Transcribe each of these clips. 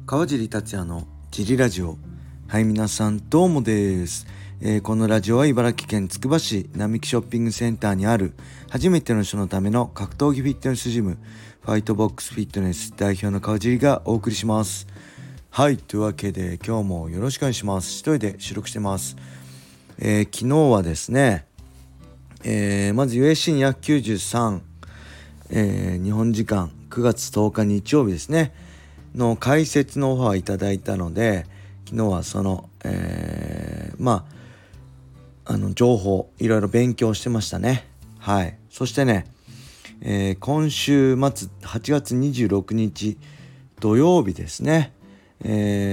川尻達也のジリラジオ。はい、皆さんどうもです。このラジオは茨城県つくば市並木ショッピングセンターにある初めての人のための格闘技フィットネスジム、ファイトボックスフィットネス代表の川尻がお送りします。はい、というわけで今日もよろしくお願いします。一人で収録してます。昨日はですね、まず UFC293、日本時間9月10日日曜日ですねの解説のオファーいただいたので、昨日はその、情報いろいろ勉強してましたね。はい。そしてね、今週末8月26日土曜日ですね、ブ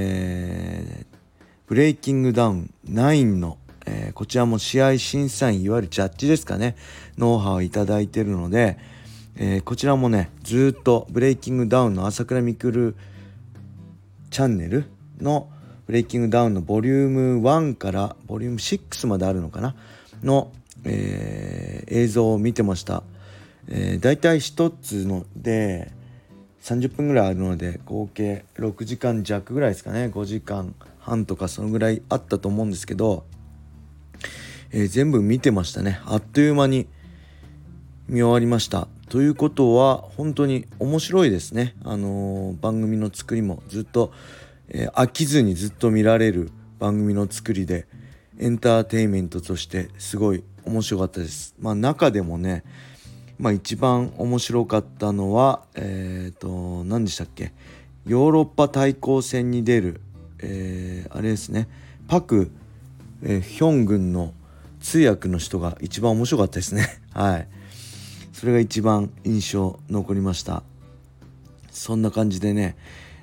レイキングダウン9の、こちらも試合審査員いわゆるジャッジですかねのオファーをいただいているので、こちらもねずっとブレイキングダウンの朝倉未来チャンネルのブレイキングダウンのボリューム1からボリューム6まであるのかなの、映像を見てました。だいたい1つので30分ぐらいあるので合計6時間弱ぐらいですかね。5時間半とかそのぐらいあったと思うんですけど、全部見てましたね。あっという間に見終わりました。ということは本当に面白いですね。番組の作りもずっと、飽きずにずっと見られる番組の作りでエンターテインメントとしてすごい面白かったです。中でもね、一番面白かったのは何でしたっけ、ヨーロッパ対抗戦に出る、あれですね、パク、ヒョン軍の通訳の人が一番面白かったですね。はい。それが一番印象残りました。そんな感じでね、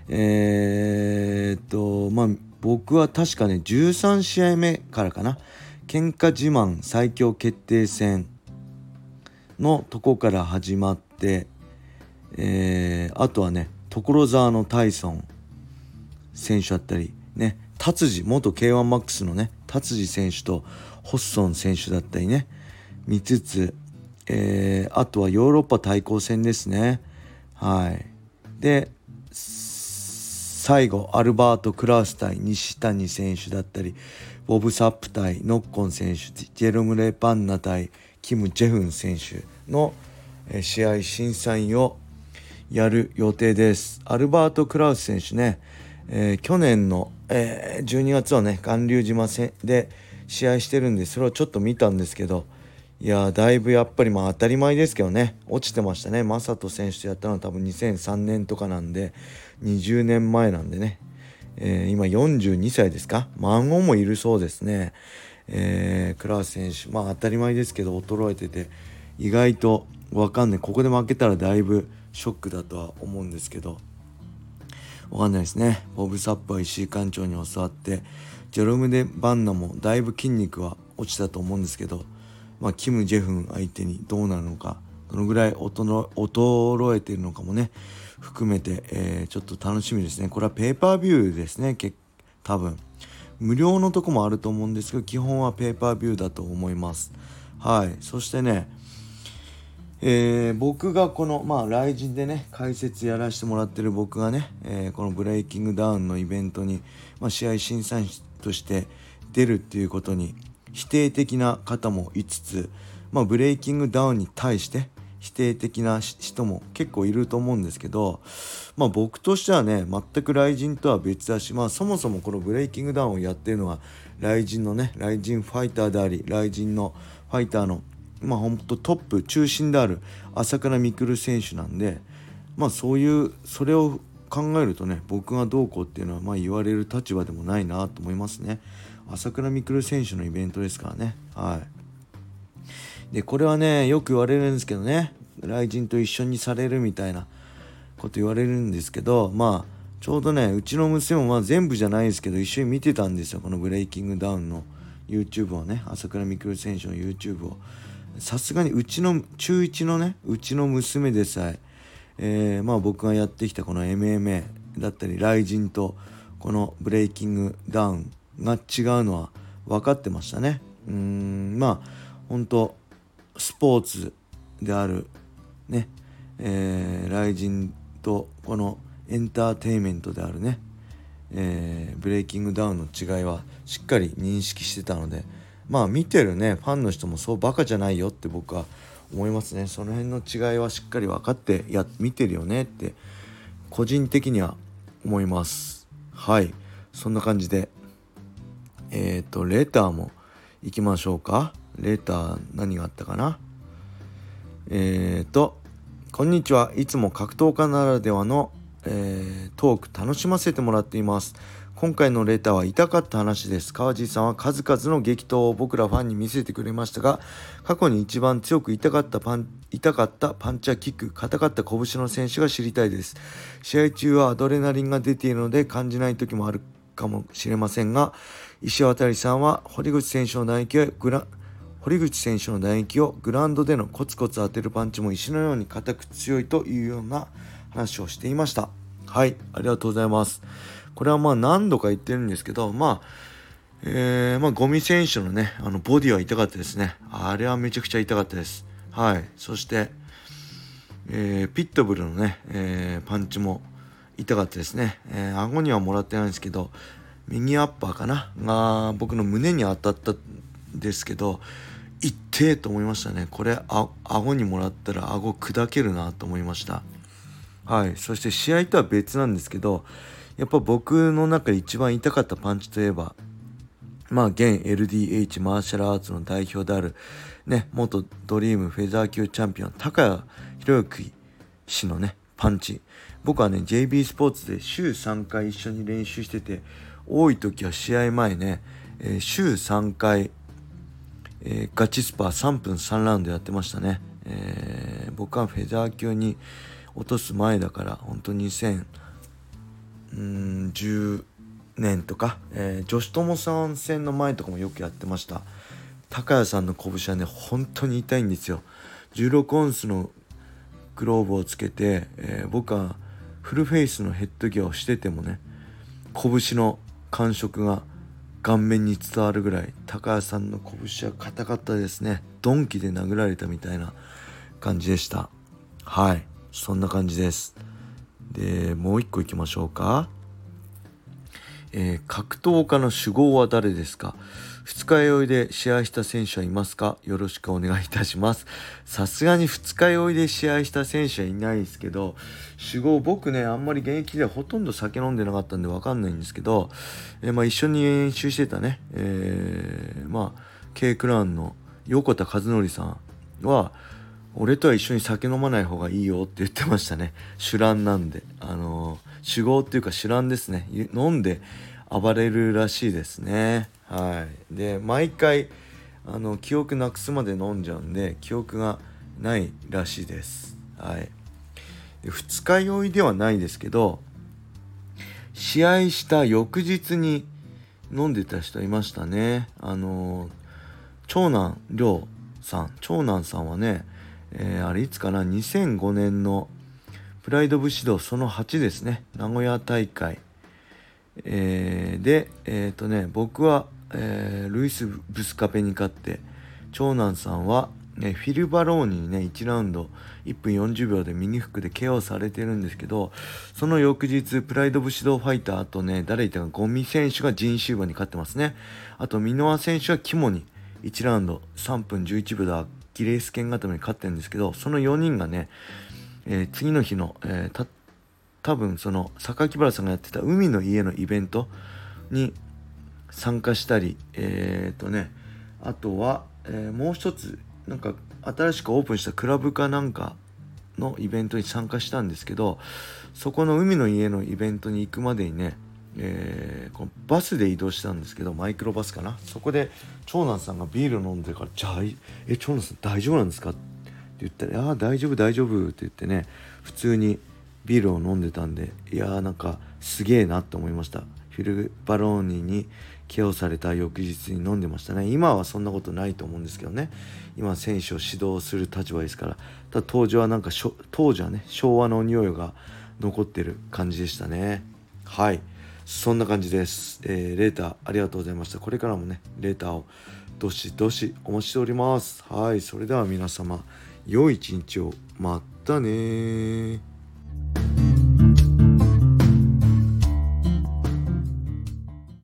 僕は確かね13試合目からかな、喧嘩自慢最強決定戦のとこから始まって、あとはね所沢のタイソン選手だったりね、達治元 K1 マックスのね達治選手とホッソン選手だったりね見つつ、あとはヨーロッパ対抗戦ですね。はい。で最後アルバート・クラウス対西谷選手だったり、ボブ・サップ対ノッコン選手、ジェロム・レ・パンナ対キム・ジェフン選手の試合審査員をやる予定です。アルバート・クラウス選手ね、去年の、12月はね巌流島戦で試合してるんで、それをちょっと見たんですけど、いやだいぶやっぱり当たり前ですけどね落ちてましたね。マサト選手とやったのは多分2003年とかなんで20年前なんでね、今42歳ですか、孫もいるそうですね。クラウス選手当たり前ですけど衰えてて意外と分かんない。ここで負けたらだいぶショックだとは思うんですけど、分かんないですね。ボブ・サップは石井館長に教わって、ジェロム・デ・バンナもだいぶ筋肉は落ちたと思うんですけど、キム・ジェフン相手にどうなるのか、どのぐらい衰えているのかもね含めて、ちょっと楽しみですね。これはペーパービューですね。多分無料のとこもあると思うんですけど、基本はペーパービューだと思います。はい。そしてね、僕がこの雷神でね解説やらせてもらってる僕がね、このブレイキングダウンのイベントに、試合審査員として出るっていうことに否定的な方もいつつ、ブレイキングダウンに対して否定的な人も結構いると思うんですけど、僕としてはね全く雷神とは別だし、そもそもこのブレイキングダウンをやっているのは雷神のね雷神ファイターであり、雷神のファイターの本当トップ中心である朝倉未来選手なんで、それを考えるとね僕がどうこうっていうのは言われる立場でもないなと思いますね。朝倉未来選手のイベントですからね。はい。でこれはねよく言われるんですけどね、雷神と一緒にされるみたいなこと言われるんですけど、ちょうどねうちの娘も全部じゃないですけど一緒に見てたんですよ、このブレイキングダウンの YouTube をね、朝倉未来選手の YouTube を。さすがにうちの中1のねうちの娘でさえ僕がやってきたこの MMA だったり雷神とこのブレイキングダウンが違うのは分かってましたね。本当スポーツであるね、雷神とこのエンターテインメントであるねブレイキングダウンの違いはしっかり認識してたので、見てるねファンの人もそうバカじゃないよって僕は思いますね。その辺の違いはしっかり分かって見てるよねって個人的には思います。はい、そんな感じでレターも行きましょうか。レター何があったかな。こんにちは。いつも格闘家ならではの、トーク楽しませてもらっています。今回のレターは痛かった話です。川地さんは数々の激闘を僕らファンに見せてくれましたが、過去に一番強く痛かったパンチャーキック、硬かった拳の選手が知りたいです。試合中はアドレナリンが出ているので感じない時もあるかもしれませんが、石渡さんは堀口選手の打撃をグラウンドでのコツコツ当てるパンチも石のように硬く強いというような話をしていました。はい、ありがとうございます。これは何度か言ってるんですけど、ゴミ選手のねボディは痛かったですね。あれはめちゃくちゃ痛かったです。はい、そして、ピットブルのね、パンチも痛かったですね。顎にはもらってないんですけど、右アッパーかなが僕の胸に当たったんですけど、痛えと思いましたね。これ顎にもらったら顎砕けるなと思いました。はい、そして試合とは別なんですけど、やっぱ僕の中で一番痛かったパンチといえば、現 LDH マーシャルアーツの代表であるね、元ドリームフェザー級チャンピオン高谷博之氏のねパンチ。僕はね JB スポーツで週3回一緒に練習してて、多い時は試合前ね、週3回、ガチスパ3分3ラウンドやってましたね。僕はフェザー級に落とす前だから本当に2010年とか、女子友さん戦の前とかもよくやってました。高谷さんの拳はね本当に痛いんですよ。16オンスのグローブをつけて、僕はフルフェイスのヘッドギアをしててもね、拳の感触が顔面に伝わるぐらい高谷さんの拳は硬かったですね。鈍器で殴られたみたいな感じでした。はい、そんな感じです。でもう一個いきましょうか。格闘家の主砲は誰ですか？二日酔いで試合した選手はいますか？よろしくお願いいたします。さすがに二日酔いで試合した選手はいないですけど、主砲僕ねあんまり現役ではほとんど酒飲んでなかったんで分かんないんですけど、一緒に練習してたね、K クラウンの横田和則さんは俺とは一緒に酒飲まない方がいいよって言ってましたね。酒乱なんで酒豪っていうか酒乱ですね。飲んで暴れるらしいですね。はい。で毎回記憶なくすまで飲んじゃうんで記憶がないらしいです。はい。で二日酔いではないですけど、試合した翌日に飲んでた人いましたね。長男さんはね、あれいつかな、2005年のプライド武士道その8ですね、名古屋大会、で僕は、ルイス・ブスカペに勝って、長男さんは、フィル・バローニにね1ラウンド1分40秒で右フックで KO されてるんですけど、その翌日プライド武士道ファイター、あとね誰いたか、ゴミ選手がジン・シューバに勝ってますね。あとミノア選手はキモに1ラウンド3分11秒でアキレス腱固めに勝ってるんですけど、その4人がね、次の日の、多分その榊原さんがやってた海の家のイベントに参加したり、あとは、もう一つなんか新しくオープンしたクラブかなんかのイベントに参加したんですけど、そこの海の家のイベントに行くまでにね、このバスで移動したんですけど、マイクロバスかな。そこで長男さんがビール飲んでるから、じゃあ長男さん大丈夫なんですかって言ったら、大丈夫って言ってね、普通にビールを飲んでたんで、なんかすげえなって思いました。フィル・バローニにKOされた翌日に飲んでましたね。今はそんなことないと思うんですけどね。今選手を指導する立場ですから。ただ当時はね昭和の匂いが残ってる感じでしたね。はい、そんな感じです。レーターありがとうございました。これからもねレーターをどしどしお待ちしております。はい、それでは皆様良い一日を。またね。